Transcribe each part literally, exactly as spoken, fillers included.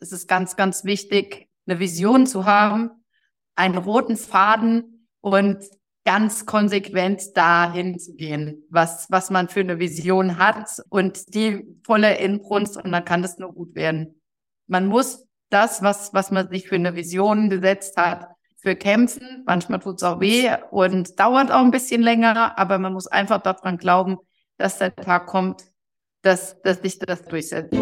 es ist ganz, ganz wichtig, eine Vision zu haben, einen roten Faden und ganz konsequent dahin zu gehen, was, was man für eine Vision hat und die volle Inbrunst, und dann kann das nur gut werden. Man muss das, was, was man sich für eine Vision gesetzt hat, für kämpfen. Manchmal tut es auch weh und dauert auch ein bisschen länger, aber man muss einfach daran glauben, dass der Tag kommt, dass, dass sich das durchsetzt.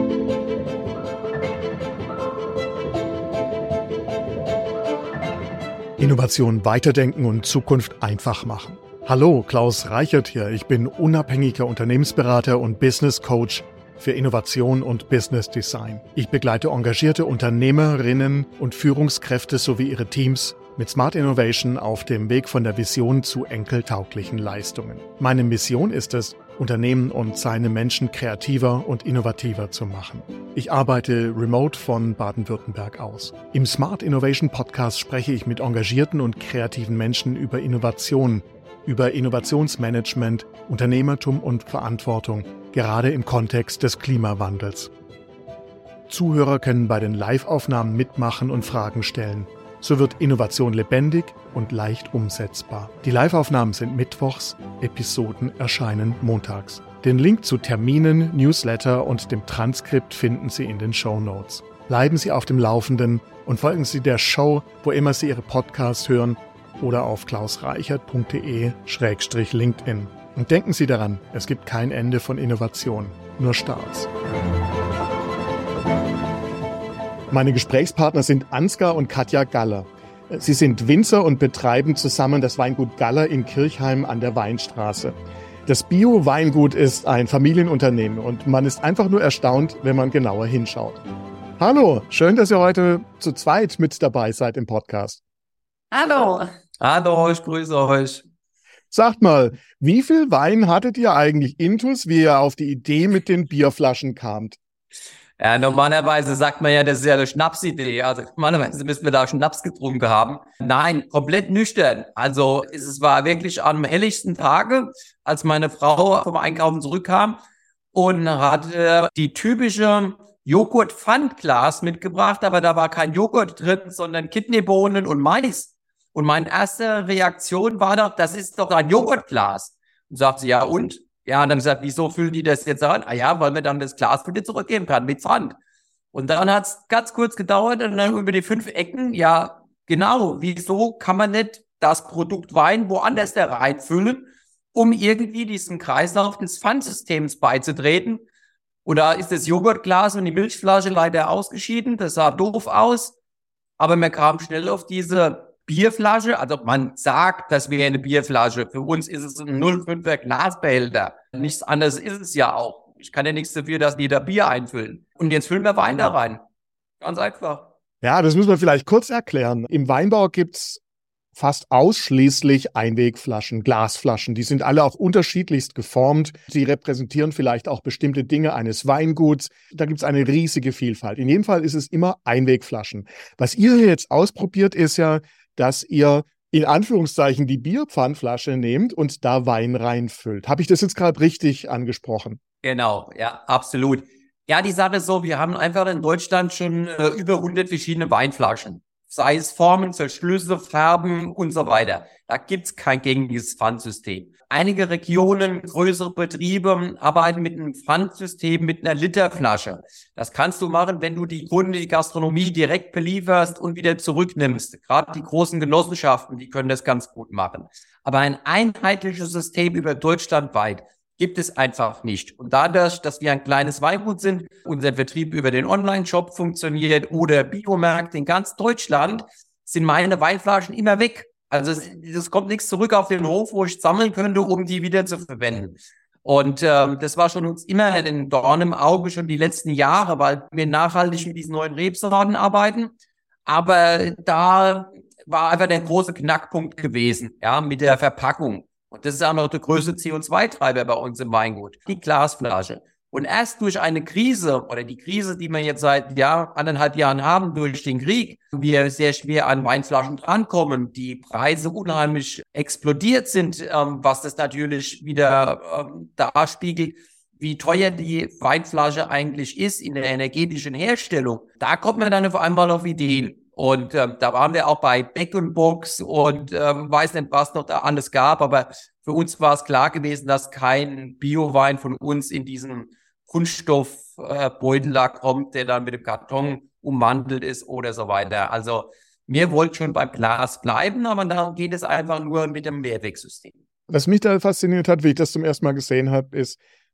Innovation weiterdenken und Zukunft einfach machen. Hallo, Klaus Reichert hier. Ich bin unabhängiger Unternehmensberater und Business Coach für Innovation und Business Design. Ich begleite engagierte Unternehmerinnen und Führungskräfte sowie ihre Teams mit Smart Innovation auf dem Weg von der Vision zu enkeltauglichen Leistungen. Meine Mission ist es, Unternehmen und seine Menschen kreativer und innovativer zu machen. Ich arbeite remote von Baden-Württemberg aus. Im Smart Innovation Podcast spreche ich mit engagierten und kreativen Menschen über Innovation, über Innovationsmanagement, Unternehmertum und Verantwortung, gerade im Kontext des Klimawandels. Zuhörer können bei den Live-Aufnahmen mitmachen und Fragen stellen. So wird Innovation lebendig und leicht umsetzbar. Die Live-Aufnahmen sind mittwochs, Episoden erscheinen montags. Den Link zu Terminen, Newsletter und dem Transkript finden Sie in den Shownotes. Bleiben Sie auf dem Laufenden und folgen Sie der Show, wo immer Sie Ihre Podcasts hören oder auf klausreichert punkt de schrägstrich LinkedIn. Und denken Sie daran, es gibt kein Ende von Innovation, nur Starts. Meine Gesprächspartner sind Ansgar und Katja Galler. Sie sind Winzer und betreiben zusammen das Weingut Galler in Kirchheim an der Weinstraße. Das Bio-Weingut ist ein Familienunternehmen und man ist einfach nur erstaunt, wenn man genauer hinschaut. Hallo, schön, dass ihr heute zu zweit mit dabei seid im Podcast. Hallo. Hallo, ich grüße euch. Sagt mal, wie viel Wein hattet ihr eigentlich intus, wie ihr auf die Idee mit den Bierflaschen kamt? Ja, normalerweise sagt man ja, das ist ja eine Schnapsidee. Also normalerweise müssen wir da Schnaps getrunken haben. Nein, komplett nüchtern. Also es war wirklich am helligsten Tage, als meine Frau vom Einkaufen zurückkam und hatte die typische Joghurt-Pfandglas mitgebracht, aber da war kein Joghurt drin, sondern Kidneybohnen und Mais. Und meine erste Reaktion war doch, das ist doch ein Joghurtglas. Und sagte sie, ja und? Ja, und dann gesagt, wieso füllen die das jetzt an? Ah ja, weil man dann das Glas wieder zurückgeben kann mit Pfand. Und dann hat es ganz kurz gedauert und dann über die fünf Ecken, ja, genau, wieso kann man nicht das Produkt Wein woanders da reinfüllen, um irgendwie diesen Kreislauf des Pfandsystems beizutreten? Und da ist das Joghurtglas und die Milchflasche leider ausgeschieden, das sah doof aus, aber man kam schnell auf diese Bierflasche, also man sagt, das wäre eine Bierflasche. Für uns ist es ein null Komma fünfer Glasbehälter. Nichts anderes ist es ja auch. Ich kann ja nichts dafür, dass die da Bier einfüllen. Und jetzt füllen wir Wein da rein. Ganz einfach. Ja, das muss man vielleicht kurz erklären. Im Weinbau gibt's fast ausschließlich Einwegflaschen, Glasflaschen. Die sind alle auch unterschiedlichst geformt. Sie repräsentieren vielleicht auch bestimmte Dinge eines Weinguts. Da gibt's eine riesige Vielfalt. In jedem Fall ist es immer Einwegflaschen. Was ihr hier jetzt ausprobiert, ist ja, dass ihr in Anführungszeichen die Bierpfandflasche nehmt und da Wein reinfüllt. Habe ich das jetzt gerade richtig angesprochen? Genau, ja, absolut. Ja, die Sache ist so, wir haben einfach in Deutschland schon äh, über hundert verschiedene Weinflaschen. Sei es Formen, Verschlüsse, Farben und so weiter. Da gibt's kein gängiges Pfandsystem. Einige Regionen, größere Betriebe arbeiten mit einem Pfandsystem mit einer Literflasche. Das kannst du machen, wenn du die Kunden, die Gastronomie direkt belieferst und wieder zurücknimmst. Gerade die großen Genossenschaften, die können das ganz gut machen. Aber ein einheitliches System über deutschlandweit gibt es einfach nicht. Und dadurch, dass wir ein kleines Weingut sind, unser Vertrieb über den Online-Shop funktioniert oder Biomärkte in ganz Deutschland, sind meine Weinflaschen immer weg. Also es, es kommt nichts zurück auf den Hof, wo ich sammeln könnte, um die wieder zu verwenden. Und ähm, das war schon uns immer ein Dorn im Auge, schon die letzten Jahre, weil wir nachhaltig mit diesen neuen Rebsorten arbeiten. Aber da war einfach der große Knackpunkt gewesen, ja, mit der Verpackung. Und das ist auch noch der größte C O zwei Treiber bei uns im Weingut, die Glasflasche. Und erst durch eine Krise oder die Krise, die wir jetzt seit ja, anderthalb Jahren haben, durch den Krieg, wir sehr schwer an Weinflaschen drankommen, die Preise unheimlich explodiert sind, ähm, was das natürlich wieder ähm, darspiegelt, wie teuer die Weinflasche eigentlich ist in der energetischen Herstellung, da kommt man dann auf einmal auf Ideen. Und ähm, da waren wir auch bei Beck und Box und ähm, weiß nicht, was noch da alles gab, aber für uns war es klar gewesen, dass kein Bio-Wein von uns in diesen Kunststoffbeutel äh, da kommt, der dann mit dem Karton ummantelt ist oder so weiter. Also wir wollten schon beim Glas bleiben, aber darum geht es einfach nur mit dem Mehrwegsystem. Was mich da fasziniert hat, wie ich das zum ersten Mal gesehen habe, ist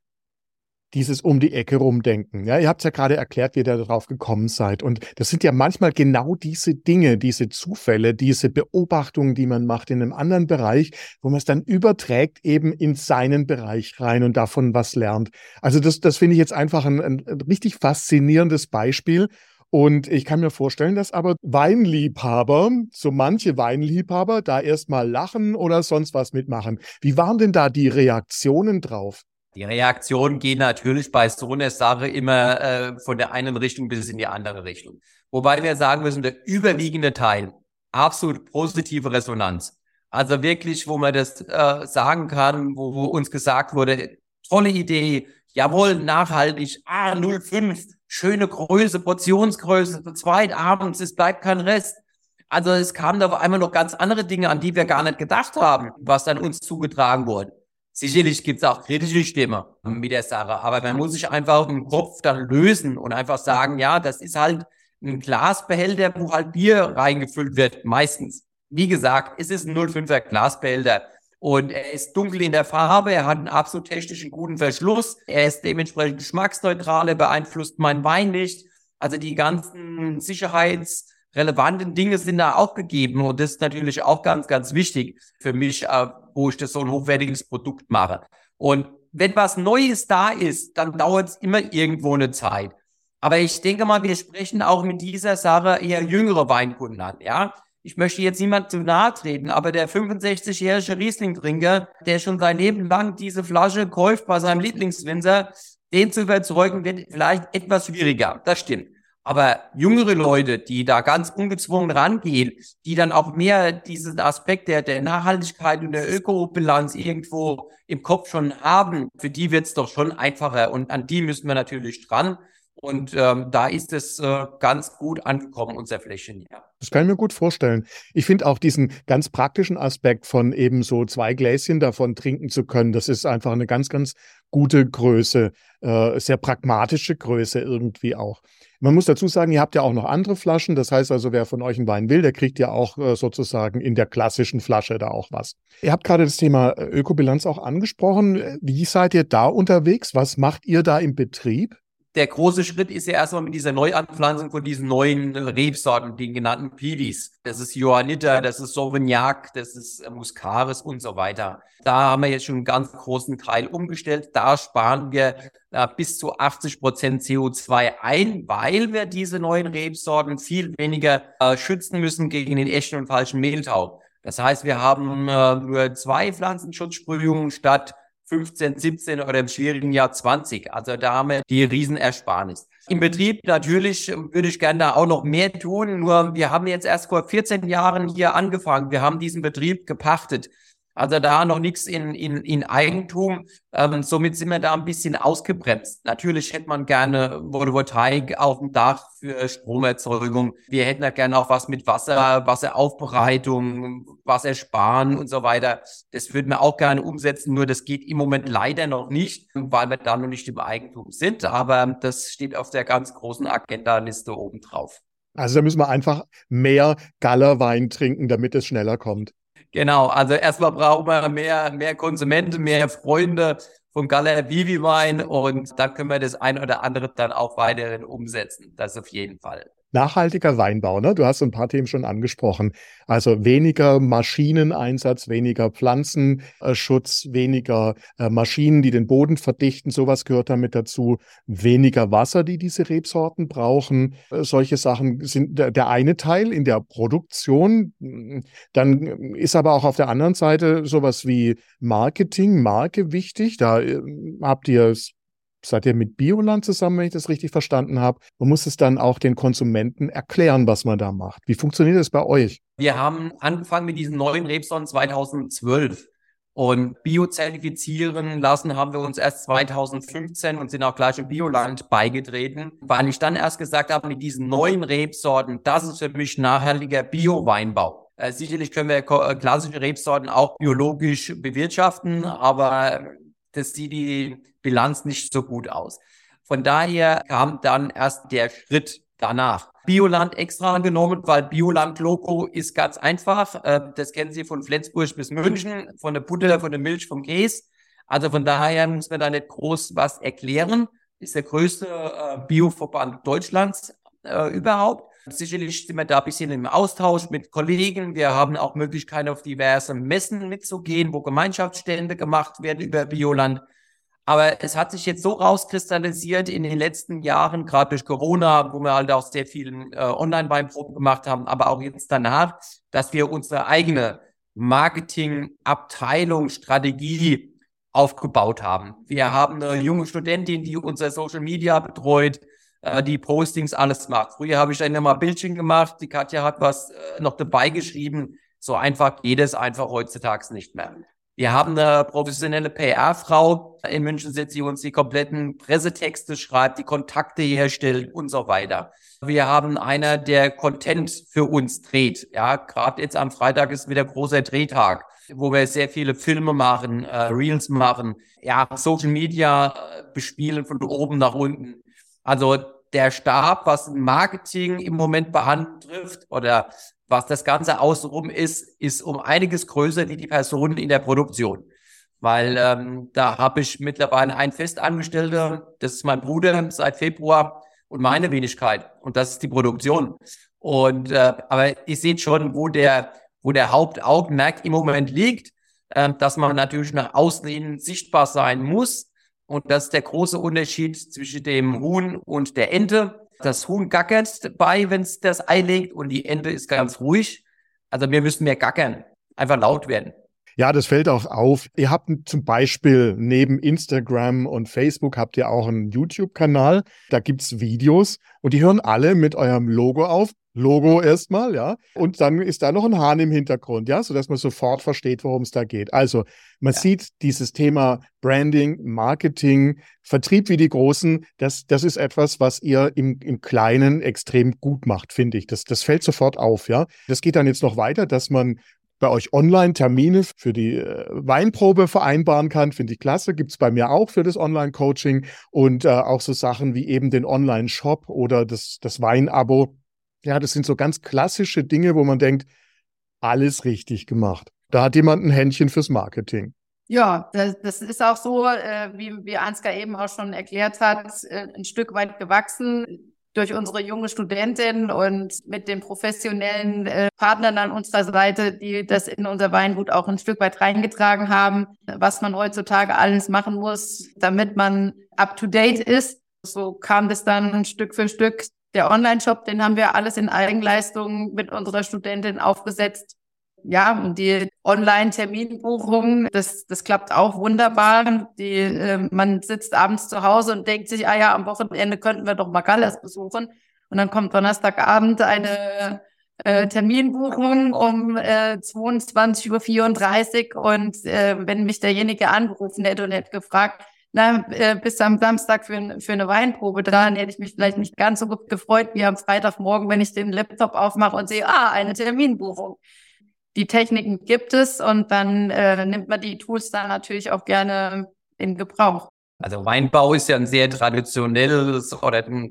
dieses um die Ecke rumdenken. Ja, ihr habt es ja gerade erklärt, wie ihr da drauf gekommen seid. Und das sind ja manchmal genau diese Dinge, diese Zufälle, diese Beobachtungen, die man macht in einem anderen Bereich, wo man es dann überträgt eben in seinen Bereich rein und davon was lernt. Also das, das finde ich jetzt einfach ein, ein, ein richtig faszinierendes Beispiel. Und ich kann mir vorstellen, dass aber Weinliebhaber, so manche Weinliebhaber, da erstmal lachen oder sonst was mitmachen. Wie waren denn da die Reaktionen drauf? Die Reaktionen gehen natürlich bei so einer Sache immer äh, von der einen Richtung bis in die andere Richtung. Wobei wir sagen müssen, der überwiegende Teil, absolut positive Resonanz. Also wirklich, wo man das äh, sagen kann, wo, wo uns gesagt wurde, tolle Idee, jawohl, nachhaltig, ah, null Komma fünf, schöne Größe, Portionsgröße, zu zweit abends, es bleibt kein Rest. Also es kamen da auf einmal noch ganz andere Dinge, an die wir gar nicht gedacht haben, was dann uns zugetragen wurde. Sicherlich gibt es auch kritische Stimmen mit der Sache, aber man muss sich einfach im Kopf dann lösen und einfach sagen, ja, das ist halt ein Glasbehälter, wo halt Bier reingefüllt wird, meistens. Wie gesagt, es ist ein null Komma fünfer Glasbehälter und er ist dunkel in der Farbe, er hat einen absolut technischen guten Verschluss, er ist dementsprechend geschmacksneutral, er beeinflusst meinen Wein nicht. Also die ganzen sicherheitsrelevanten Dinge sind da auch gegeben und das ist natürlich auch ganz, ganz wichtig für mich, wo ich das so ein hochwertiges Produkt mache. Und wenn was Neues da ist, dann dauert es immer irgendwo eine Zeit. Aber ich denke mal, wir sprechen auch mit dieser Sache eher jüngere Weinkunden an, ja. Ich möchte jetzt niemand zu nahe treten, aber der fünfundsechzigjährige Riesling-Trinker, der schon sein Leben lang diese Flasche kauft bei seinem Lieblingswinzer, den zu überzeugen, wird vielleicht etwas schwieriger. Das stimmt. Aber jüngere Leute, die da ganz ungezwungen rangehen, die dann auch mehr diesen Aspekt der, der Nachhaltigkeit und der Ökobilanz irgendwo im Kopf schon haben, für die wird es doch schon einfacher. Und an die müssen wir natürlich dran. Und ähm, da ist es äh, ganz gut angekommen, unser Fläschchen. Ja. Das kann ich mir gut vorstellen. Ich finde auch diesen ganz praktischen Aspekt von eben so zwei Gläschen davon trinken zu können, das ist einfach eine ganz, ganz gute Größe, äh, sehr pragmatische Größe irgendwie auch. Man muss dazu sagen, ihr habt ja auch noch andere Flaschen. Das heißt also, wer von euch einen Wein will, der kriegt ja auch äh, sozusagen in der klassischen Flasche da auch was. Ihr habt gerade das Thema Ökobilanz auch angesprochen. Wie seid ihr da unterwegs? Was macht ihr da im Betrieb? Der große Schritt ist ja erstmal mit dieser Neuanpflanzung von diesen neuen Rebsorten, den genannten Pilis. Das ist Johanniter, das ist Sauvignac, das ist Muscaris und so weiter. Da haben wir jetzt schon einen ganz großen Teil umgestellt. Da sparen wir äh, bis zu achtzig Prozent C O zwei ein, weil wir diese neuen Rebsorten viel weniger äh, schützen müssen gegen den echten und falschen Mehltau. Das heißt, wir haben äh, nur zwei Pflanzenschutzsprühungen statt fünfzehn, siebzehn oder im schwierigen Jahr zwanzig. Also da haben wir die Riesenersparnis. Im Betrieb natürlich würde ich gerne da auch noch mehr tun, nur wir haben jetzt erst vor vierzehn Jahren hier angefangen. Wir haben diesen Betrieb gepachtet. Also da noch nichts in, in, in Eigentum. Ähm, somit sind wir da ein bisschen ausgebremst. Natürlich hätte man gerne Photovoltaik auf dem Dach für Stromerzeugung. Wir hätten da gerne auch was mit Wasser, Wasseraufbereitung, Wassersparen und so weiter. Das würden wir auch gerne umsetzen. Nur das geht im Moment leider noch nicht, weil wir da noch nicht im Eigentum sind. Aber das steht auf der ganz großen Agenda-Liste oben drauf. Also da müssen wir einfach mehr Gallerwein trinken, damit es schneller kommt. Genau, also erstmal brauchen wir mehr, mehr Konsumenten, mehr Freunde vom Galler Vivi Wein und dann können wir das ein oder andere dann auch weiterhin umsetzen. Das auf jeden Fall. Nachhaltiger Weinbau, ne? Du hast so ein paar Themen schon angesprochen. Also weniger Maschineneinsatz, weniger Pflanzenschutz, weniger äh, Maschinen, die den Boden verdichten. Sowas gehört damit dazu. Weniger Wasser, die diese Rebsorten brauchen. Äh, solche Sachen sind der, der eine Teil in der Produktion. Dann ist aber auch auf der anderen Seite sowas wie Marketing, Marke wichtig. Da äh, habt ihr Seid ihr mit Bioland zusammen, wenn ich das richtig verstanden habe? Man muss es dann auch den Konsumenten erklären, was man da macht. Wie funktioniert das bei euch? Wir haben angefangen mit diesen neuen Rebsorten zweitausendzwölf. Und Bio-zertifizieren lassen haben wir uns erst zweitausendfünfzehn und sind auch gleich im Bioland beigetreten, weil ich dann erst gesagt habe, mit diesen neuen Rebsorten, das ist für mich nachhaltiger Bio-Weinbau. Äh, sicherlich können wir äh, klassische Rebsorten auch biologisch bewirtschaften, aber das sieht die Bilanz nicht so gut aus. Von daher kam dann erst der Schritt danach. Bioland extra genommen, weil Bioland-Logo ist ganz einfach. Das kennen Sie von Flensburg bis München, von der Butter, von der Milch, vom Käse. Also von daher muss man da nicht groß was erklären. Ist der größte Bioverband Deutschlands äh, überhaupt. Sicherlich sind wir da ein bisschen im Austausch mit Kollegen. Wir haben auch Möglichkeiten, auf diverse Messen mitzugehen, wo Gemeinschaftsstände gemacht werden über Bioland. Aber es hat sich jetzt so rauskristallisiert in den letzten Jahren, gerade durch Corona, wo wir halt auch sehr viel äh, Online-Weinproben gemacht haben, aber auch jetzt danach, dass wir unsere eigene Marketing-Abteilung, Strategie aufgebaut haben. Wir haben eine junge Studentin, die unser Social Media betreut, äh, die Postings alles macht. Früher habe ich dann immer Bildchen gemacht, die Katja hat was äh, noch dabei geschrieben. So einfach geht es einfach heutzutage nicht mehr. Wir haben eine professionelle P R-Frau. In München sitzt, die uns die kompletten Pressetexte schreibt, die Kontakte herstellt und so weiter. Wir haben einer, der Content für uns dreht. Ja, gerade jetzt am Freitag ist wieder großer Drehtag, wo wir sehr viele Filme machen, äh, Reels machen, ja, Social Media äh, bespielen von oben nach unten. Also der Stab, was Marketing im Moment betrifft oder was das Ganze außenrum ist, ist um einiges größer wie die Personen in der Produktion. Weil ähm, da habe ich mittlerweile einen Festangestellter, das ist mein Bruder seit Februar und meine Wenigkeit. Und das ist die Produktion. Und äh, aber ihr seht schon, wo der, wo der Hauptaugenmerk im Moment liegt, äh, dass man natürlich nach außen hin sichtbar sein muss. Und das ist der große Unterschied zwischen dem Huhn und der Ente. Das Huhn gackert dabei, wenn es das Ei legt, und die Ente ist ganz ruhig. Also wir müssen mehr gackern, einfach laut werden. Ja, das fällt auch auf. Ihr habt zum Beispiel neben Instagram und Facebook habt ihr auch einen YouTube-Kanal. Da gibt's Videos und die hören alle mit eurem Logo auf. Logo erstmal, ja. Und dann ist da noch ein Hahn im Hintergrund, ja, sodass man sofort versteht, worum es da geht. Also man ja. sieht dieses Thema Branding, Marketing, Vertrieb wie die Großen, das, das ist etwas, was ihr im, im Kleinen extrem gut macht, finde ich. Das, das fällt sofort auf, ja. Das geht dann jetzt noch weiter, dass man bei euch online Termine für die äh, Weinprobe vereinbaren kann, finde ich klasse. Gibt es bei mir auch für das Online-Coaching und äh, auch so Sachen wie eben den Online-Shop oder das, das Weinabo. Ja, das sind so ganz klassische Dinge, wo man denkt, alles richtig gemacht. Da hat jemand ein Händchen fürs Marketing. Ja, das, das ist auch so, äh, wie, wie Ansgar eben auch schon erklärt hat, äh, ein Stück weit gewachsen durch unsere junge Studentin und mit den professionellen äh, Partnern an unserer Seite, die das in unser Weingut auch ein Stück weit reingetragen haben, was man heutzutage alles machen muss, damit man up-to-date ist. So kam das dann Stück für Stück. Der Online-Shop, den haben wir alles in Eigenleistung mit unserer Studentin aufgesetzt. Ja, und die Online-Terminbuchung, das, das klappt auch wunderbar. Die, äh, man sitzt abends zu Hause und denkt sich, ah ja, am Wochenende könnten wir doch mal Gallas besuchen. Und dann kommt Donnerstagabend eine äh, Terminbuchung um äh, zweiundzwanzig Uhr vierunddreißig. Und äh, wenn mich derjenige angerufen hätte und hätte gefragt, na, äh, bis am Samstag für, für eine Weinprobe dran, hätte ich mich vielleicht nicht ganz so gefreut wie am Freitagmorgen, wenn ich den Laptop aufmache und sehe, ah, eine Terminbuchung. Die Techniken gibt es und dann äh, nimmt man die Tools dann natürlich auch gerne in Gebrauch. Also Weinbau ist ja ein sehr traditionelles oder ein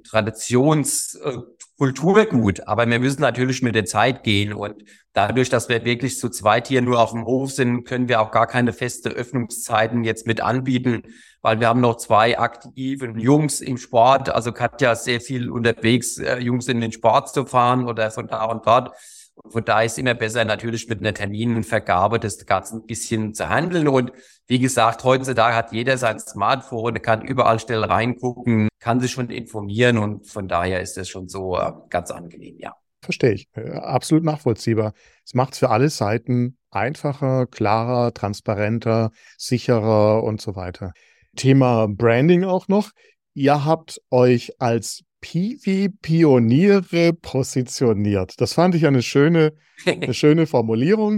Traditionskulturgut, äh, aber wir müssen natürlich mit der Zeit gehen und dadurch, dass wir wirklich zu zweit hier nur auf dem Hof sind, können wir auch gar keine feste Öffnungszeiten jetzt mit anbieten, weil wir haben noch zwei aktive Jungs im Sport, also Katja ist sehr viel unterwegs, äh, Jungs in den Sport zu fahren oder von da und dort. Und von daher ist es immer besser, natürlich mit einer Terminvergabe das Ganze ein bisschen zu handeln. Und wie gesagt, heutzutage hat jeder sein Smartphone, kann überall schnell reingucken, kann sich schon informieren. Und von daher ist das schon so äh, ganz angenehm, ja. Verstehe ich. Absolut nachvollziehbar. Es macht es für alle Seiten einfacher, klarer, transparenter, sicherer und so weiter. Thema Branding auch noch. Ihr habt euch als Piwi-Pioniere positioniert. Das fand ich eine schöne, eine schöne Formulierung.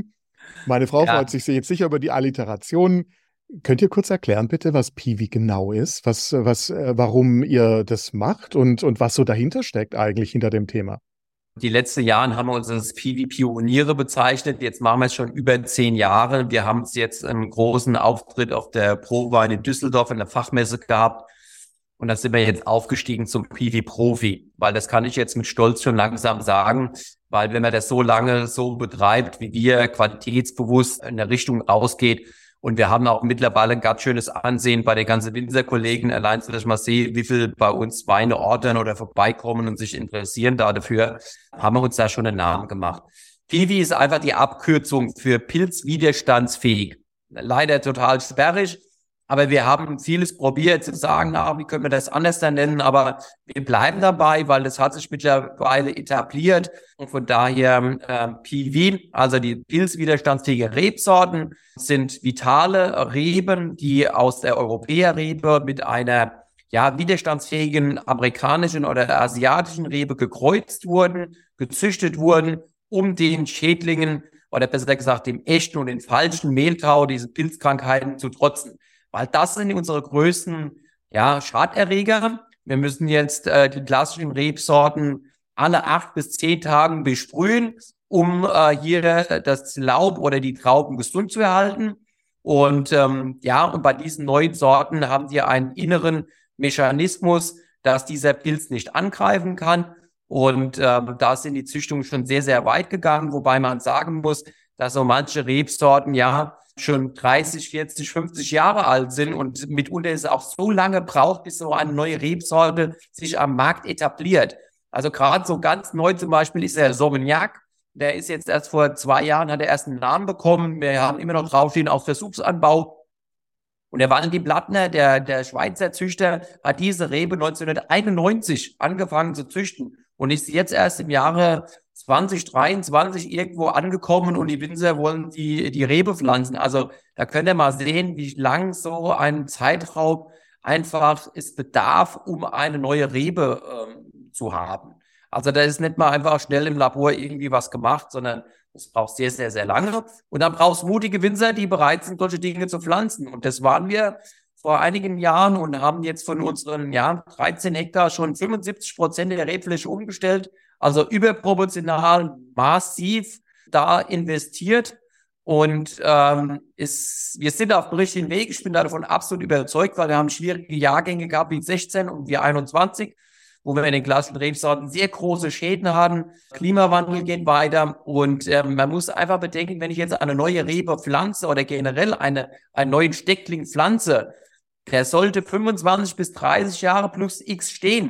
Meine Frau Ja, freut sich jetzt sicher über die Alliteration. Könnt ihr kurz erklären, bitte, was Piwi genau ist, was, was, äh, warum ihr das macht und, und was so dahinter steckt eigentlich hinter dem Thema? die letzten Jahren haben wir uns als Piwi-Pioniere bezeichnet. Jetzt machen wir es schon über zehn Jahre. Wir haben es jetzt einen großen Auftritt auf der ProWein in Düsseldorf in der Fachmesse gehabt. Und da sind wir jetzt aufgestiegen zum Piwi-Profi, weil das kann ich jetzt mit Stolz schon langsam sagen, weil wenn man das so lange so betreibt, wie wir, qualitätsbewusst in der Richtung rausgeht, und wir haben auch mittlerweile ein ganz schönes Ansehen bei den ganzen Winzerkollegen, allein, dass ich mal sehe, wie viel bei uns Weine ordern oder vorbeikommen und sich interessieren da dafür, haben wir uns da schon einen Namen gemacht. Piwi ist einfach die Abkürzung für pilzwiderstandsfähig. Leider total sperrig, aber wir haben vieles probiert zu sagen, na, wie können wir das anders dann nennen, aber wir bleiben dabei, weil das hat sich mittlerweile etabliert und von daher äh, Piwi, also die pilzwiderstandsfähige Rebsorten, sind vitale Reben, die aus der Europäerrebe mit einer ja widerstandsfähigen amerikanischen oder asiatischen Rebe gekreuzt wurden, gezüchtet wurden, um den Schädlingen oder besser gesagt dem echten und den falschen Mehltau, diese Pilzkrankheiten zu trotzen. Weil das sind unsere größten ja, Schaderreger. Wir müssen jetzt äh, die klassischen Rebsorten alle acht bis zehn Tagen besprühen, um äh, hier das Laub oder die Trauben gesund zu erhalten. Und ähm, ja, und bei diesen neuen Sorten haben wir einen inneren Mechanismus, dass dieser Pilz nicht angreifen kann. Und äh, da sind die Züchtungen schon sehr, sehr weit gegangen, wobei man sagen muss, dass so manche Rebsorten ja schon dreißig, vierzig, fünfzig Jahre alt sind und mitunter es auch so lange braucht, bis so eine neue Rebsorte sich am Markt etabliert. Also gerade so ganz neu zum Beispiel ist der Sauvignac. Der ist jetzt erst vor zwei Jahren, hat er erst einen Namen bekommen. Wir haben immer noch draufstehen auf Versuchsanbau. Und der Valentin Blattner, der, der Schweizer Züchter, hat diese Rebe neunzehnhunderteinundneunzig angefangen zu züchten und ist jetzt erst im Jahre zwanzig dreiundzwanzig irgendwo angekommen und die Winzer wollen die, die Rebe pflanzen. Also da könnt ihr mal sehen, wie lang so ein Zeitraum einfach es bedarf, um eine neue Rebe ähm, zu haben. Also da ist nicht mal einfach schnell im Labor irgendwie was gemacht, sondern es braucht sehr, sehr, sehr lange. Und dann brauchst du mutige Winzer, die bereit sind, solche Dinge zu pflanzen. Und das waren wir vor einigen Jahren und haben jetzt von unseren ja, dreizehn Hektar schon fünfundsiebzig Prozent der Rebfläche umgestellt. Also überproportional massiv da investiert. Und ähm, ist, wir sind auf dem richtigen Weg. Ich bin davon absolut überzeugt, weil wir haben schwierige Jahrgänge gehabt wie sechzehn und wie einundzwanzig, wo wir in den klassischen Rebsorten sehr große Schäden hatten. Klimawandel geht weiter und äh, man muss einfach bedenken, wenn ich jetzt eine neue Rebe pflanze oder generell eine, einen neuen Steckling pflanze, der sollte fünfundzwanzig bis dreißig Jahre plus X stehen.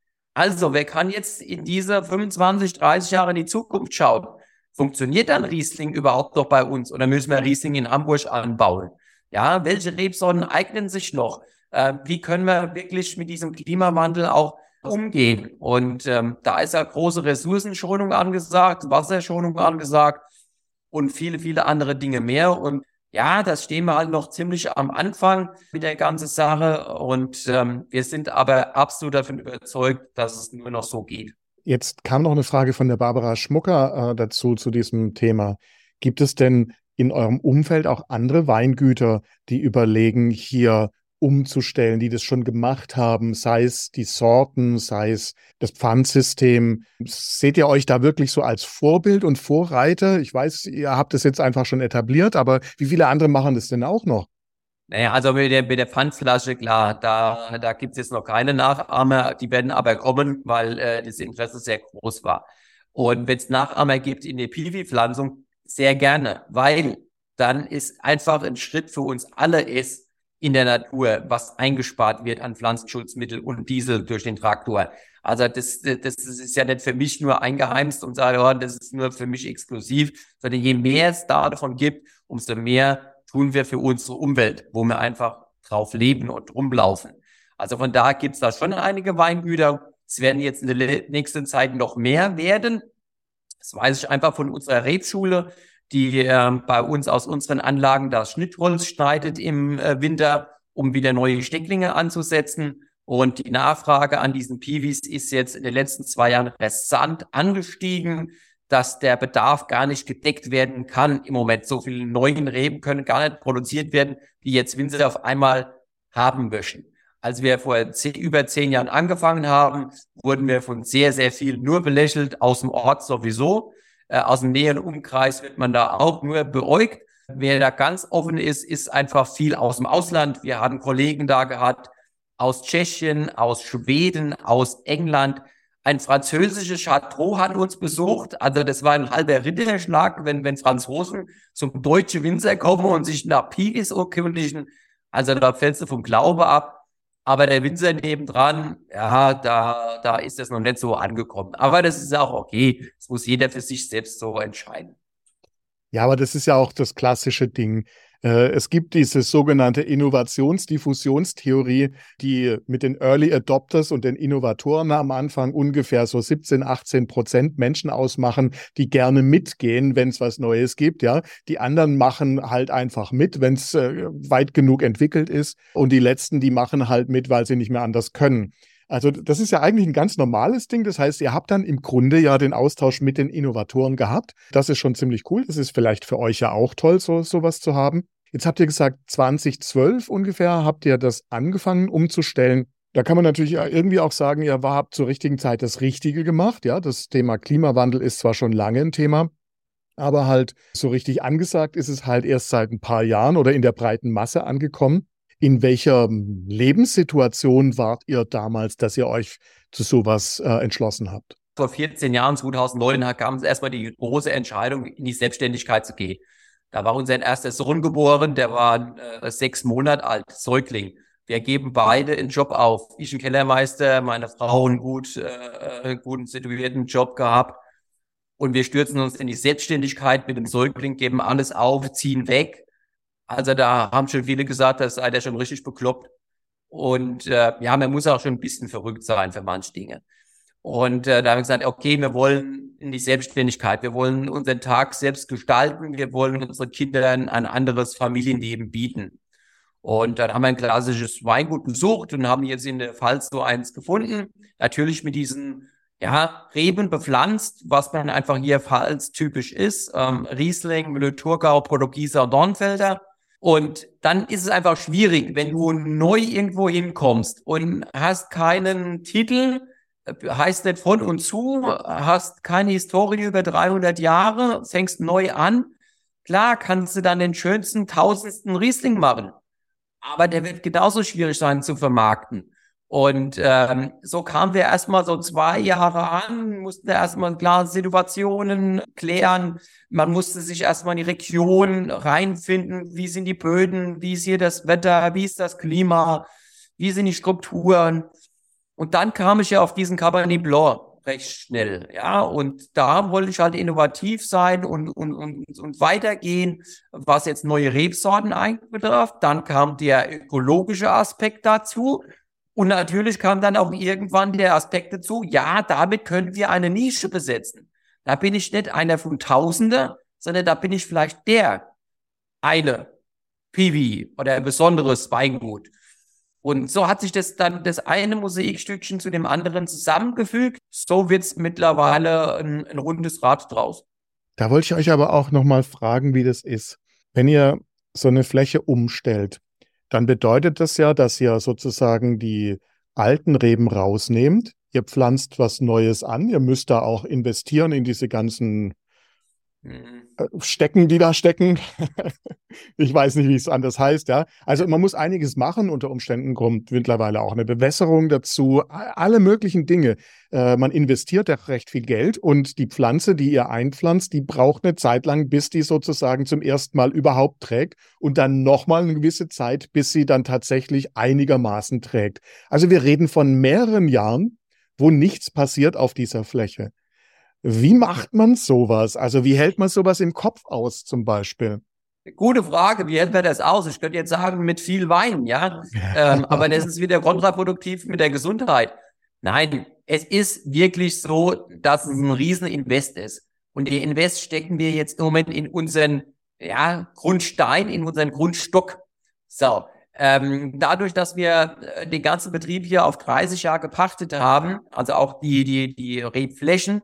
Also, wer kann jetzt in diese fünfundzwanzig, dreißig Jahre in die Zukunft schauen? Funktioniert dann Riesling überhaupt noch bei uns oder müssen wir Riesling in Hamburg anbauen? Ja, welche Rebsorten eignen sich noch? Äh, wie können wir wirklich mit diesem Klimawandel auch umgehen? Und ähm, da ist ja große Ressourcenschonung angesagt, Wasserschonung angesagt und viele, viele andere Dinge mehr. Und ja, das stehen wir halt noch ziemlich am Anfang mit der ganzen Sache. Und ähm, wir sind aber absolut davon überzeugt, dass es nur noch so geht. Jetzt kam noch eine Frage von der Barbara Schmucker äh, dazu, zu diesem Thema. Gibt es denn in eurem Umfeld auch andere Weingüter, die überlegen, hier umzustellen, die das schon gemacht haben, sei es die Sorten, sei es das Pfandsystem? Seht ihr euch da wirklich so als Vorbild und Vorreiter? Ich weiß, ihr habt es jetzt einfach schon etabliert, aber wie viele andere machen das denn auch noch? Naja, also mit der, mit der Pfandflasche, klar, da, da gibt es jetzt noch keine Nachahmer, die werden aber kommen, weil äh, das Interesse sehr groß war. Und wenn es Nachahmer gibt in der Piwi-Pflanzung, sehr gerne, weil dann ist einfach ein Schritt für uns alle ist, in der Natur, was eingespart wird an Pflanzenschutzmittel und Diesel durch den Traktor. Also das, das ist ja nicht für mich nur eingeheimst und sage, oh, das ist nur für mich exklusiv, sondern je mehr es da davon gibt, umso mehr tun wir für unsere Umwelt, wo wir einfach drauf leben und rumlaufen. Also von da gibt's da schon einige Weingüter. Es werden jetzt in der nächsten Zeit noch mehr werden. Das weiß ich einfach von unserer Rebschule, die äh, bei uns aus unseren Anlagen das Schnittholz schneidet im äh, Winter, um wieder neue Stecklinge anzusetzen. Und die Nachfrage an diesen Piwis ist jetzt in den letzten zwei Jahren rasant angestiegen. dass der Bedarf gar nicht gedeckt werden kann im Moment. So viele neuen Reben können gar nicht produziert werden, die jetzt Winzer auf einmal haben möchten. Als wir vor zehn, über zehn Jahren angefangen haben, wurden wir von sehr, sehr vielen nur belächelt, aus dem Ort sowieso. Äh, aus dem näheren Umkreis wird man da auch nur beäugt. Wer da ganz offen ist, ist einfach viel aus dem Ausland. Wir hatten Kollegen da gehabt aus Tschechien, aus Schweden, aus England. Ein französisches Chateau hat uns besucht. Also das war ein halber Ritterschlag, wenn, wenn Franzosen zum deutschen Winzer kommen und sich nach Piges erkundigen. Also da fällst du vom Glaube ab. Aber der Winzer nebendran, ja, da, da ist das noch nicht so angekommen. Aber das ist auch okay. Das muss jeder für sich selbst so entscheiden. Ja, aber das ist ja auch das klassische Ding. Es gibt diese sogenannte Innovationsdiffusionstheorie, die mit den Early Adopters und den Innovatoren am Anfang ungefähr so siebzehn, achtzehn Prozent Menschen ausmachen, die gerne mitgehen, wenn es was Neues gibt. Ja, die anderen machen halt einfach mit, wenn es äh, weit genug entwickelt ist. Und die Letzten, die machen halt mit, weil sie nicht mehr anders können. Also das ist ja eigentlich ein ganz normales Ding. Das heißt, ihr habt dann im Grunde ja den Austausch mit den Innovatoren gehabt. Das ist schon ziemlich cool. Das ist vielleicht für euch ja auch toll, so sowas zu haben. Jetzt habt ihr gesagt, zwanzig zwölf ungefähr habt ihr das angefangen umzustellen. Da kann man natürlich irgendwie auch sagen, ihr habt zur richtigen Zeit das Richtige gemacht. Ja, das Thema Klimawandel ist zwar schon lange ein Thema, aber halt so richtig angesagt ist es halt erst seit ein paar Jahren oder in der breiten Masse angekommen. In welcher Lebenssituation wart ihr damals, dass ihr euch zu sowas äh, entschlossen habt? Vor vierzehn Jahren, zweitausendneun, kam es erstmal die große Entscheidung, in die Selbstständigkeit zu gehen. Da war unser erster Sohn geboren, der war äh, sechs Monate alt, Säugling. Wir geben beide einen Job auf. Ich ein Kellermeister, meine Frau einen gut, äh, guten situierten Job gehabt. Und wir stürzen uns in die Selbstständigkeit mit dem Säugling, geben alles auf, ziehen weg. Also da haben schon viele gesagt, das sei der schon richtig bekloppt. Und äh, ja, man muss auch schon ein bisschen verrückt sein für manche Dinge. Und äh, da haben wir gesagt, okay, wir wollen in die Selbstständigkeit, wir wollen unseren Tag selbst gestalten, wir wollen unseren Kindern ein anderes Familienleben bieten. Und dann haben wir ein klassisches Weingut besucht und haben jetzt in der Pfalz so eins gefunden. Natürlich mit diesen ja, Reben bepflanzt, was man einfach hier Pfalz typisch ist. Ähm, Riesling, Müller-Thurgau, Portugieser und Dornfelder. Und dann ist es einfach schwierig, wenn du neu irgendwo hinkommst und hast keinen Titel, heißt nicht von und zu, hast keine Historie über dreihundert Jahre, fängst neu an. Klar kannst du dann den schönsten, tausendsten Riesling machen, aber der wird genauso schwierig sein zu vermarkten. Und ähm, so kamen wir erstmal so zwei Jahre an, mussten erstmal klare Situationen klären. Man musste sich erstmal in die Region reinfinden. Wie sind die Böden? Wie ist hier das Wetter? Wie ist das Klima? Wie sind die Strukturen? Und dann kam ich ja auf diesen Cabernet Blanc recht schnell, ja. Und da wollte ich halt innovativ sein und, und, und, und weitergehen, was jetzt neue Rebsorten einbetraf. Dann kam der ökologische Aspekt dazu. Und natürlich kam dann auch irgendwann der Aspekt dazu, ja, damit können wir eine Nische besetzen. Da bin ich nicht einer von Tausenden, sondern da bin ich vielleicht der eine P V oder ein besonderes Weingut. Und so hat sich das dann das eine Mosaikstückchen zu dem anderen zusammengefügt. So wird's mittlerweile ein, ein rundes Rad draus. Da wollte ich euch aber auch nochmal fragen, wie das ist. Wenn ihr so eine Fläche umstellt, dann bedeutet das ja, dass ihr sozusagen die alten Reben rausnehmt. Ihr pflanzt was Neues an. Ihr müsst da auch investieren in diese ganzen Mhm. Stecken, die da stecken. Ich weiß nicht, wie es anders heißt, ja. Also man muss einiges machen. Unter Umständen kommt mittlerweile auch eine Bewässerung dazu. Alle möglichen Dinge. Äh, man investiert ja recht viel Geld und die Pflanze, die ihr einpflanzt, die braucht eine Zeit lang, bis die sozusagen zum ersten Mal überhaupt trägt und dann nochmal eine gewisse Zeit, bis sie dann tatsächlich einigermaßen trägt. Also wir reden von mehreren Jahren, wo nichts passiert auf dieser Fläche. Wie macht man sowas? Also wie hält man sowas im Kopf aus zum Beispiel? Gute Frage, wie hält man das aus? Ich könnte jetzt sagen, mit viel Wein, ja. ähm, aber das ist wieder kontraproduktiv mit der Gesundheit. Nein, es ist wirklich so, dass es ein Rieseninvest ist. Und die Invest stecken wir jetzt im Moment in unseren ja, Grundstein, in unseren Grundstock. So, ähm, dadurch, dass wir den ganzen Betrieb hier auf dreißig Jahre gepachtet haben, also auch die, die, die Rebflächen,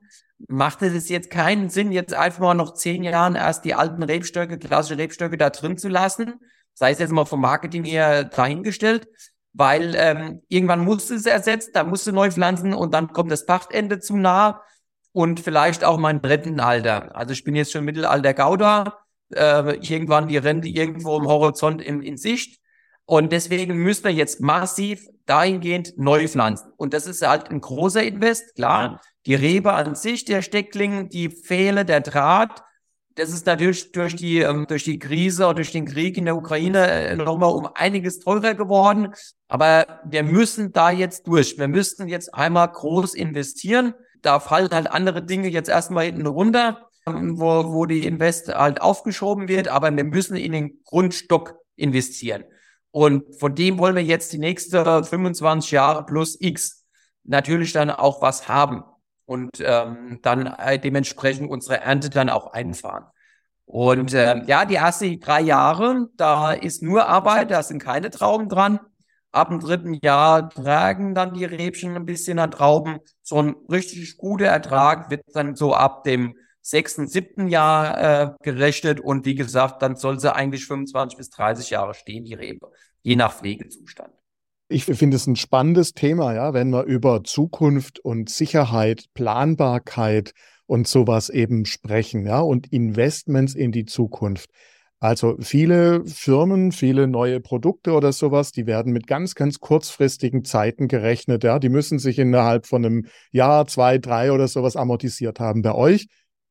macht es jetzt keinen Sinn, jetzt einfach mal noch zehn Jahren erst die alten Rebstöcke, klassische Rebstöcke da drin zu lassen. Sei es jetzt mal vom Marketing her dahingestellt, weil ähm, irgendwann musst du es ersetzen, dann musst du neu pflanzen und dann kommt das Pachtende zu nah und vielleicht auch mein Rentenalter. Also ich bin jetzt schon Mittelalter Gouda, äh, irgendwann die Rente irgendwo im Horizont in, in Sicht. Und deswegen müssen wir jetzt massiv dahingehend neu pflanzen. Und das ist halt ein großer Invest, klar. Die Rebe an sich, der Steckling, die Pfähle, der Draht, das ist natürlich durch die, ähm, durch die Krise oder durch den Krieg in der Ukraine äh, nochmal um einiges teurer geworden. Aber wir müssen da jetzt durch. Wir müssten jetzt einmal groß investieren. Da fallen halt andere Dinge jetzt erstmal hinten runter, ähm, wo, wo die Invest halt aufgeschoben wird. Aber wir müssen in den Grundstock investieren. Und von dem wollen wir jetzt die nächsten fünfundzwanzig Jahre plus X natürlich dann auch was haben und ähm, dann äh, dementsprechend unsere Ernte dann auch einfahren. Und äh, ja, die ersten drei Jahre, da ist nur Arbeit, da sind keine Trauben dran. Ab dem dritten Jahr tragen dann die Rebchen ein bisschen an Trauben. So ein richtig guter Ertrag wird dann so ab dem sechsten, siebten Jahr äh, gerechnet und wie gesagt, dann soll sie eigentlich fünfundzwanzig bis dreißig Jahre stehen, die Rebe, je nach Pflegezustand. Ich finde es ein spannendes Thema, ja, wenn wir über Zukunft und Sicherheit, Planbarkeit und sowas eben sprechen, ja, und Investments in die Zukunft. Also viele Firmen, viele neue Produkte oder sowas, die werden mit ganz, ganz kurzfristigen Zeiten gerechnet, ja, die müssen sich innerhalb von einem Jahr, zwei, drei oder sowas amortisiert haben. Bei euch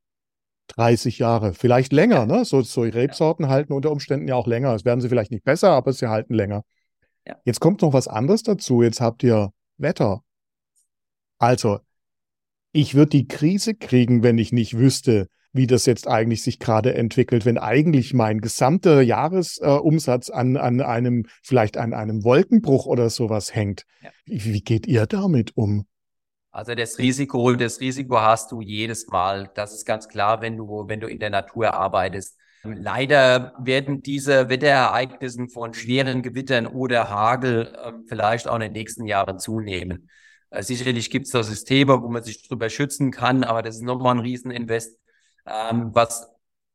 dreißig Jahre, vielleicht länger, ne? So, so Rebsorten halten unter Umständen ja auch länger. Es werden sie vielleicht nicht besser, aber sie halten länger. Ja. Jetzt kommt noch was anderes dazu. Jetzt habt ihr Wetter. Also, ich würde die Krise kriegen, wenn ich nicht wüsste, wie das jetzt eigentlich sich gerade entwickelt, wenn eigentlich mein gesamter Jahresumsatz äh, an, an einem, vielleicht an einem Wolkenbruch oder sowas hängt. Ja. Wie, wie geht ihr damit um? Also das Risiko, das Risiko hast du jedes Mal. Das ist ganz klar, wenn du, wenn du in der Natur arbeitest. Leider werden diese Wetterereignisse von schweren Gewittern oder Hagel äh, vielleicht auch in den nächsten Jahren zunehmen. Äh, sicherlich gibt es da Systeme, wo man sich drüber schützen kann, aber das ist nochmal ein Rieseninvest, ähm, was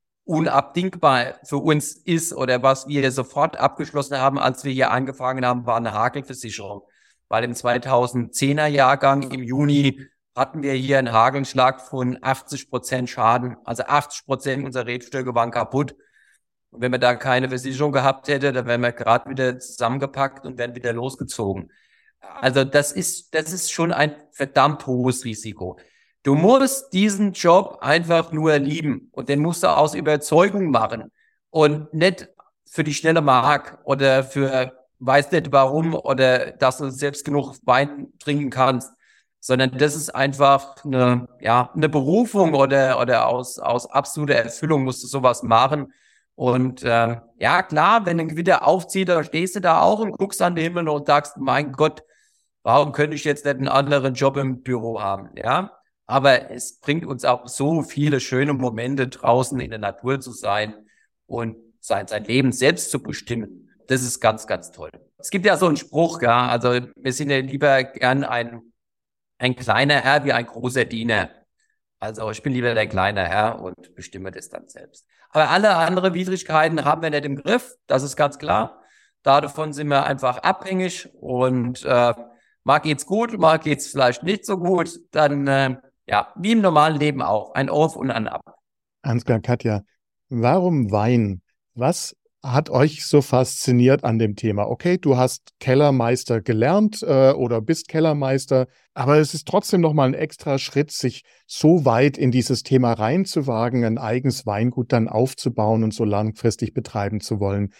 unabdingbar für uns ist oder was wir sofort abgeschlossen haben, als wir hier angefangen haben, war eine Hagelversicherung. Weil im zweitausendzehner Jahrgang im Juni hatten wir hier einen Hagelschlag von achtzig Prozent Schaden. Also achtzig Prozent unserer Rebstöcke waren kaputt. Und wenn man da keine Versicherung gehabt hätte, dann wären wir gerade wieder zusammengepackt und wären wieder losgezogen. Also das ist, das ist schon ein verdammt hohes Risiko. Du musst diesen Job einfach nur lieben und den musst du aus Überzeugung machen und nicht für die schnelle Mark oder für weiß nicht warum oder dass du selbst genug Wein trinken kannst, sondern das ist einfach eine, ja, eine Berufung oder, oder aus, aus absoluter Erfüllung musst du sowas machen. Und äh, ja, klar, wenn ein Gewitter aufzieht, dann stehst du da auch und guckst an den Himmel und sagst, mein Gott, warum könnte ich jetzt nicht einen anderen Job im Büro haben? Ja, aber es bringt uns auch so viele schöne Momente, draußen in der Natur zu sein und sein, sein Leben selbst zu bestimmen. Das ist ganz, ganz toll. Es gibt ja so einen Spruch, ja, also wir sind ja lieber gern ein, ein kleiner Herr wie ein großer Diener. Also ich bin lieber der kleine Herr und bestimme das dann selbst. Aber alle anderen Widrigkeiten haben wir nicht im Griff, das ist ganz klar. Davon sind wir einfach abhängig und äh, mal geht's gut, mal geht's vielleicht nicht so gut. Dann, äh, ja, wie im normalen Leben auch, ein Auf und ein Ab. Ansgar, Katja, warum Wein? Was hat euch so fasziniert an dem Thema? Okay, du hast Kellermeister gelernt äh, oder bist Kellermeister, aber es ist trotzdem nochmal ein extra Schritt, sich so weit in dieses Thema reinzuwagen, ein eigenes Weingut dann aufzubauen und so langfristig betreiben zu wollen.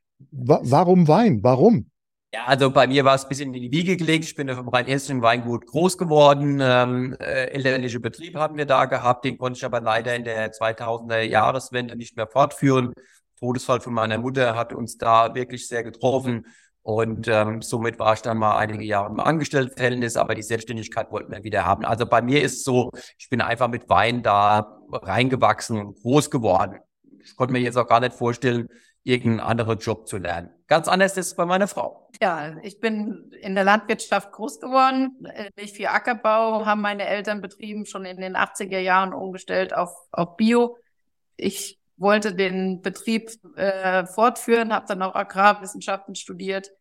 Wa- warum Wein? Warum? Ja, also bei mir war es ein bisschen in die Wiege gelegt. Ich bin vom rheinhessischen Weingut groß geworden. Ähm, äh, elterliche Betrieb haben wir da gehabt. Den konnte ich aber leider in der zweitausender Jahreswende nicht mehr fortführen. Todesfall von meiner Mutter hat uns da wirklich sehr getroffen. Und ähm, somit war ich dann mal einige Jahre im Angestelltenverhältnis, aber die Selbstständigkeit wollten wir wieder haben. Also bei mir ist es so, ich bin einfach mit Wein da reingewachsen und groß geworden. Ich konnte mir jetzt auch gar nicht vorstellen, irgendeinen anderen Job zu lernen. Ganz anders ist es bei meiner Frau. Ja, ich bin in der Landwirtschaft groß geworden, nicht viel Ackerbau, haben meine Eltern betrieben, schon in den achtziger Jahren umgestellt auf, auf Bio. Ich wollte den Betrieb äh, fortführen, habe dann auch Agrarwissenschaften studiert.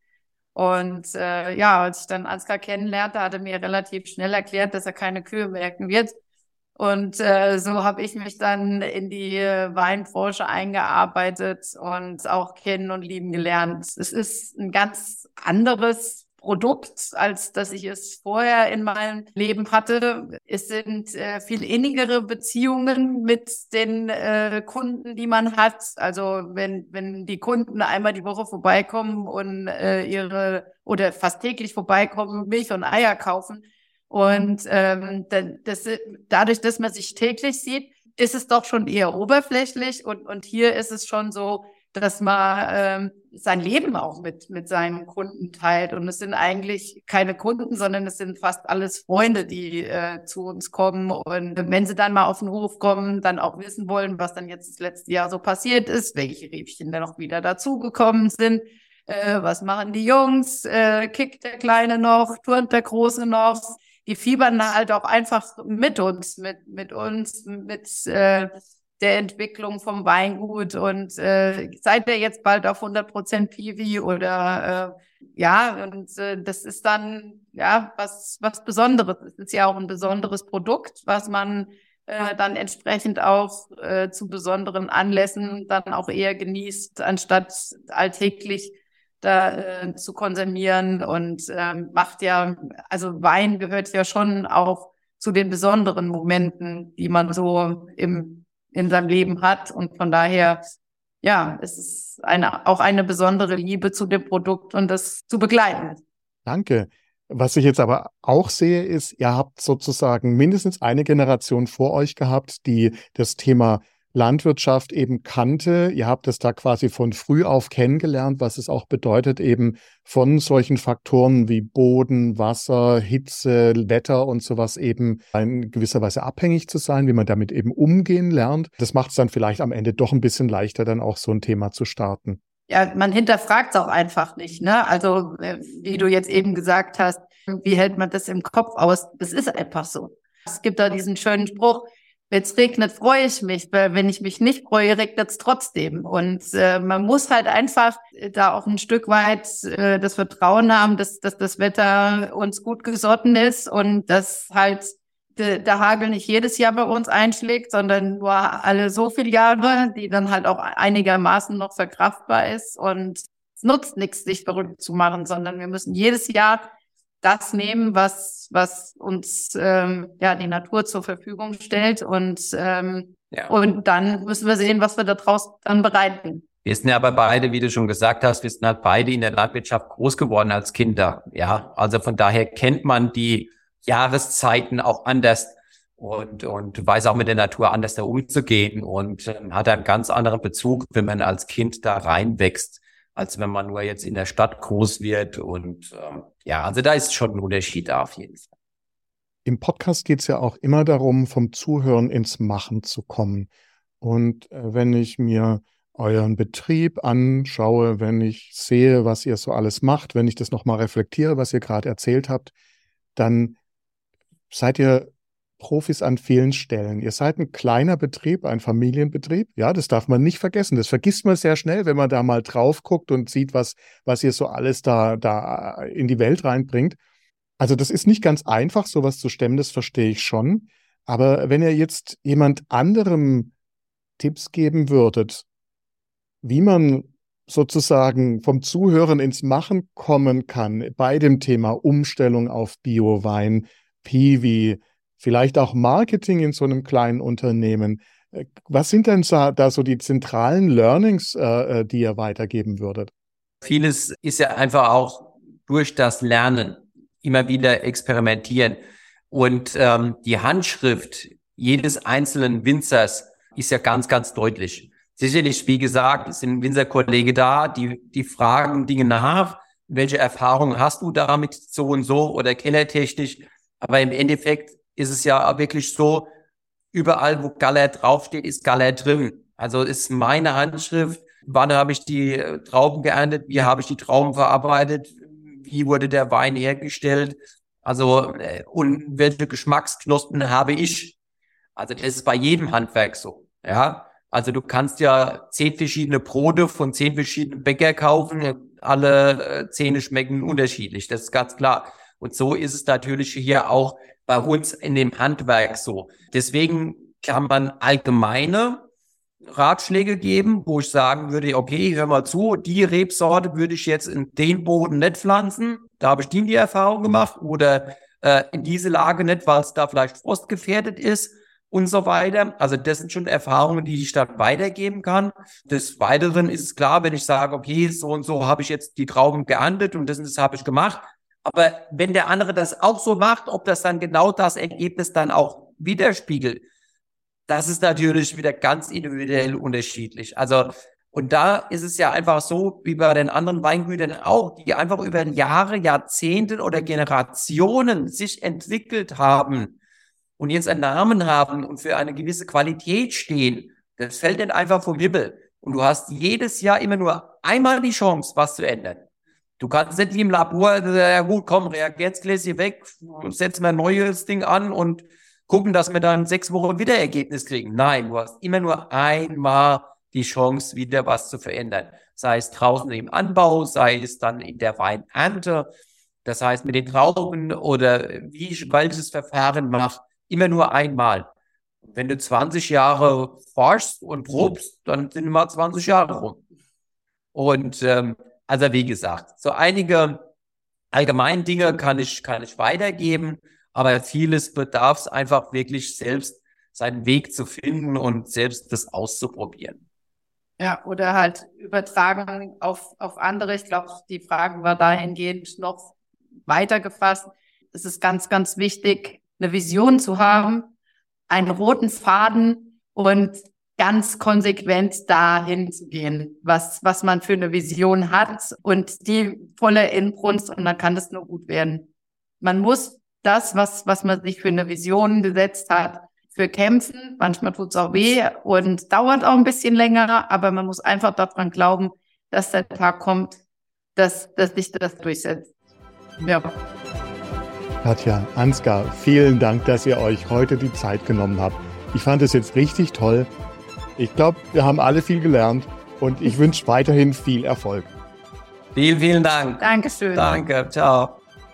Und äh, ja, als ich dann Ansgar kennenlernte, hat er mir relativ schnell erklärt, dass er keine Kühe melken wird. Und äh, so habe ich mich dann in die äh, Weinbranche eingearbeitet und auch kennen und lieben gelernt. Es ist ein ganz anderes Produkt, als dass ich es vorher in meinem Leben hatte. Es sind äh, viel innigere Beziehungen mit den äh, Kunden, die man hat. Also wenn wenn die Kunden einmal die Woche vorbeikommen und äh, ihre oder fast täglich vorbeikommen, Milch und Eier kaufen. Und ähm, das, dadurch, dass man sich täglich sieht, ist es doch schon eher oberflächlich. Und, und hier ist es schon so, dass man ähm, sein Leben auch mit, mit seinen Kunden teilt. Und es sind eigentlich keine Kunden, sondern es sind fast alles Freunde, die äh, zu uns kommen. Und wenn sie dann mal auf den Hof kommen, dann auch wissen wollen, was dann jetzt das letzte Jahr so passiert ist, welche Rebchen dann noch wieder dazugekommen sind. Äh, was machen die Jungs? Äh, kickt der Kleine noch? Turnt der Große noch? Die fiebern halt auch einfach mit uns, mit mit uns, mit äh, der Entwicklung vom Weingut. Und äh, seid ihr jetzt bald auf hundert Prozent Piwi oder äh, ja, und äh, das ist dann ja was was Besonderes. Es ist ja auch ein besonderes Produkt, was man äh, dann entsprechend auch äh, zu besonderen Anlässen dann auch eher genießt, anstatt alltäglich da äh, zu konsumieren. Und ähm, macht ja, also Wein gehört ja schon auch zu den besonderen Momenten, die man so im in seinem Leben hat. Und von daher, ja, es ist eine auch eine besondere Liebe zu dem Produkt und das zu begleiten. Danke. Was ich jetzt aber auch sehe, ist, ihr habt sozusagen mindestens eine Generation vor euch gehabt, die das Thema Landwirtschaft eben kannte. Ihr habt es da quasi von früh auf kennengelernt, was es auch bedeutet, eben von solchen Faktoren wie Boden, Wasser, Hitze, Wetter und sowas eben in gewisser Weise abhängig zu sein, wie man damit eben umgehen lernt. Das macht es dann vielleicht am Ende doch ein bisschen leichter, dann auch so ein Thema zu starten. Ja, man hinterfragt es auch einfach nicht, ne? Also, wie du jetzt eben gesagt hast, wie hält man das im Kopf aus? Das ist einfach so. Es gibt da diesen schönen Spruch: Wenn es regnet, freue ich mich, weil wenn ich mich nicht freue, regnet es trotzdem. Und äh, man muss halt einfach da auch ein Stück weit äh, das Vertrauen haben, dass, dass das Wetter uns gut gesotten ist und dass halt de, der Hagel nicht jedes Jahr bei uns einschlägt, sondern nur alle so viele Jahre, die dann halt auch einigermaßen noch verkraftbar ist. Und es nutzt nichts, sich verrückt zu machen, sondern wir müssen jedes Jahr das nehmen, was was uns ähm, ja die Natur zur Verfügung stellt, und ähm, ja. und dann müssen wir sehen, was wir da draus dann bereiten. Wir sind ja aber beide, wie du schon gesagt hast, wir sind halt beide in der Landwirtschaft groß geworden als Kinder. Ja, also von daher kennt man die Jahreszeiten auch anders und und weiß auch mit der Natur anders da umzugehen und äh, hat einen ganz anderen Bezug, wenn man als Kind da reinwächst, als wenn man nur jetzt in der Stadt groß wird. Und ähm, ja, also da ist schon ein Unterschied da auf jeden Fall. Im Podcast geht es ja auch immer darum, vom Zuhören ins Machen zu kommen. Und äh, wenn ich mir euren Betrieb anschaue, wenn ich sehe, was ihr so alles macht, wenn ich das nochmal reflektiere, was ihr gerade erzählt habt, dann seid ihr Profis an vielen Stellen. Ihr seid ein kleiner Betrieb, ein Familienbetrieb. Ja, das darf man nicht vergessen. Das vergisst man sehr schnell, wenn man da mal drauf guckt und sieht, was, was ihr so alles da, da in die Welt reinbringt. Also das ist nicht ganz einfach, sowas zu stemmen, das verstehe ich schon. Aber wenn ihr jetzt jemand anderem Tipps geben würdet, wie man sozusagen vom Zuhören ins Machen kommen kann bei dem Thema Umstellung auf Biowein, Piwi, vielleicht auch Marketing in so einem kleinen Unternehmen. Was sind denn da so die zentralen Learnings, äh, die ihr weitergeben würdet? Vieles ist ja einfach auch durch das Lernen, immer wieder experimentieren. Und ähm, die Handschrift jedes einzelnen Winzers ist ja ganz, ganz deutlich. Sicherlich, wie gesagt, sind Winzerkollegen da, die, die fragen Dinge nach. Welche Erfahrungen hast du damit so und so oder kellertechnisch? Aber im Endeffekt ist es ja wirklich so, überall, wo Galler draufsteht, ist Galler drin. Also ist meine Handschrift, wann habe ich die äh, Trauben geerntet, wie habe ich die Trauben verarbeitet, wie wurde der Wein hergestellt, also äh, und welche Geschmacksknospen habe ich. Also das ist bei jedem Handwerk so, ja. Also du kannst ja zehn verschiedene Brote von zehn verschiedenen Bäcker kaufen, alle äh, Zähne schmecken unterschiedlich, das ist ganz klar. Und so ist es natürlich hier auch bei uns in dem Handwerk so. Deswegen kann man allgemeine Ratschläge geben, wo ich sagen würde, okay, hör mal zu, die Rebsorte würde ich jetzt in den Boden nicht pflanzen, da habe ich die, die Erfahrung gemacht, oder äh, in diese Lage nicht, weil es da vielleicht frostgefährdet ist und so weiter. Also das sind schon Erfahrungen, die ich dann weitergeben kann. Des Weiteren ist es klar, wenn ich sage, okay, so und so habe ich jetzt die Trauben geerntet und das und das habe ich gemacht. Aber wenn der andere das auch so macht, ob das dann genau das Ergebnis dann auch widerspiegelt, das ist natürlich wieder ganz individuell unterschiedlich. Also, und da ist es ja einfach so, wie bei den anderen Weingütern auch, die einfach über Jahre, Jahrzehnte oder Generationen sich entwickelt haben und jetzt einen Namen haben und für eine gewisse Qualität stehen. Das fällt nicht einfach vom Himmel. Und du hast jedes Jahr immer nur einmal die Chance, was zu ändern. Du kannst nicht wie im Labor, ja gut, komm, Reagenzgläschen weg, setzen wir ein neues Ding an und gucken, dass wir dann sechs Wochen wieder Ergebnis kriegen. Nein, du hast immer nur einmal die Chance, wieder was zu verändern. Sei es draußen im Anbau, sei es dann in der Weinernte. Das heißt, mit den Trauben oder wie ich welches Verfahren mache, immer nur einmal. Wenn du zwanzig Jahre forschst und probst, dann sind immer zwanzig Jahre rum. Und ähm, also wie gesagt, so einige allgemeine Dinge kann ich, kann ich weitergeben, aber vieles bedarf es einfach wirklich selbst, seinen Weg zu finden und selbst das auszuprobieren. Ja, oder halt übertragen auf, auf andere. Ich glaube, die Frage war dahingehend noch weiter gefasst. Es ist ganz, ganz wichtig, eine Vision zu haben, einen roten Faden und ganz konsequent dahin zu gehen, was, was man für eine Vision hat und die volle Inbrunst, und dann kann das nur gut werden. Man muss das, was, was man sich für eine Vision gesetzt hat, für kämpfen. Manchmal tut es auch weh und dauert auch ein bisschen länger, aber man muss einfach daran glauben, dass der Tag kommt, dass, dass sich das durchsetzt. Ja. Katja, Ansgar, vielen Dank, dass ihr euch heute die Zeit genommen habt. Ich fand es jetzt richtig toll. Ich glaube, wir haben alle viel gelernt und ich wünsche weiterhin viel Erfolg. Vielen, vielen Dank. Dankeschön. Danke, ciao.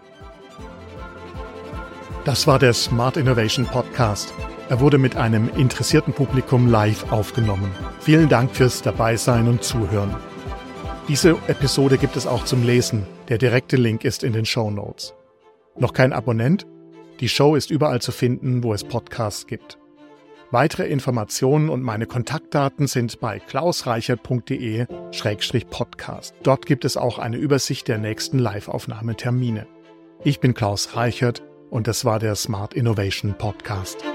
Das war der Smart Innovation Podcast. Er wurde mit einem interessierten Publikum live aufgenommen. Vielen Dank fürs Dabeisein und Zuhören. Diese Episode gibt es auch zum Lesen. Der direkte Link ist in den Shownotes. Noch kein Abonnent? Die Show ist überall zu finden, wo es Podcasts gibt. Weitere Informationen und meine Kontaktdaten sind bei klausreichert punkt de Schrägstrich Podcast. Dort gibt es auch eine Übersicht der nächsten Live-Aufnahmetermine. Ich bin Klaus Reichert und das war der Smart Innovation Podcast.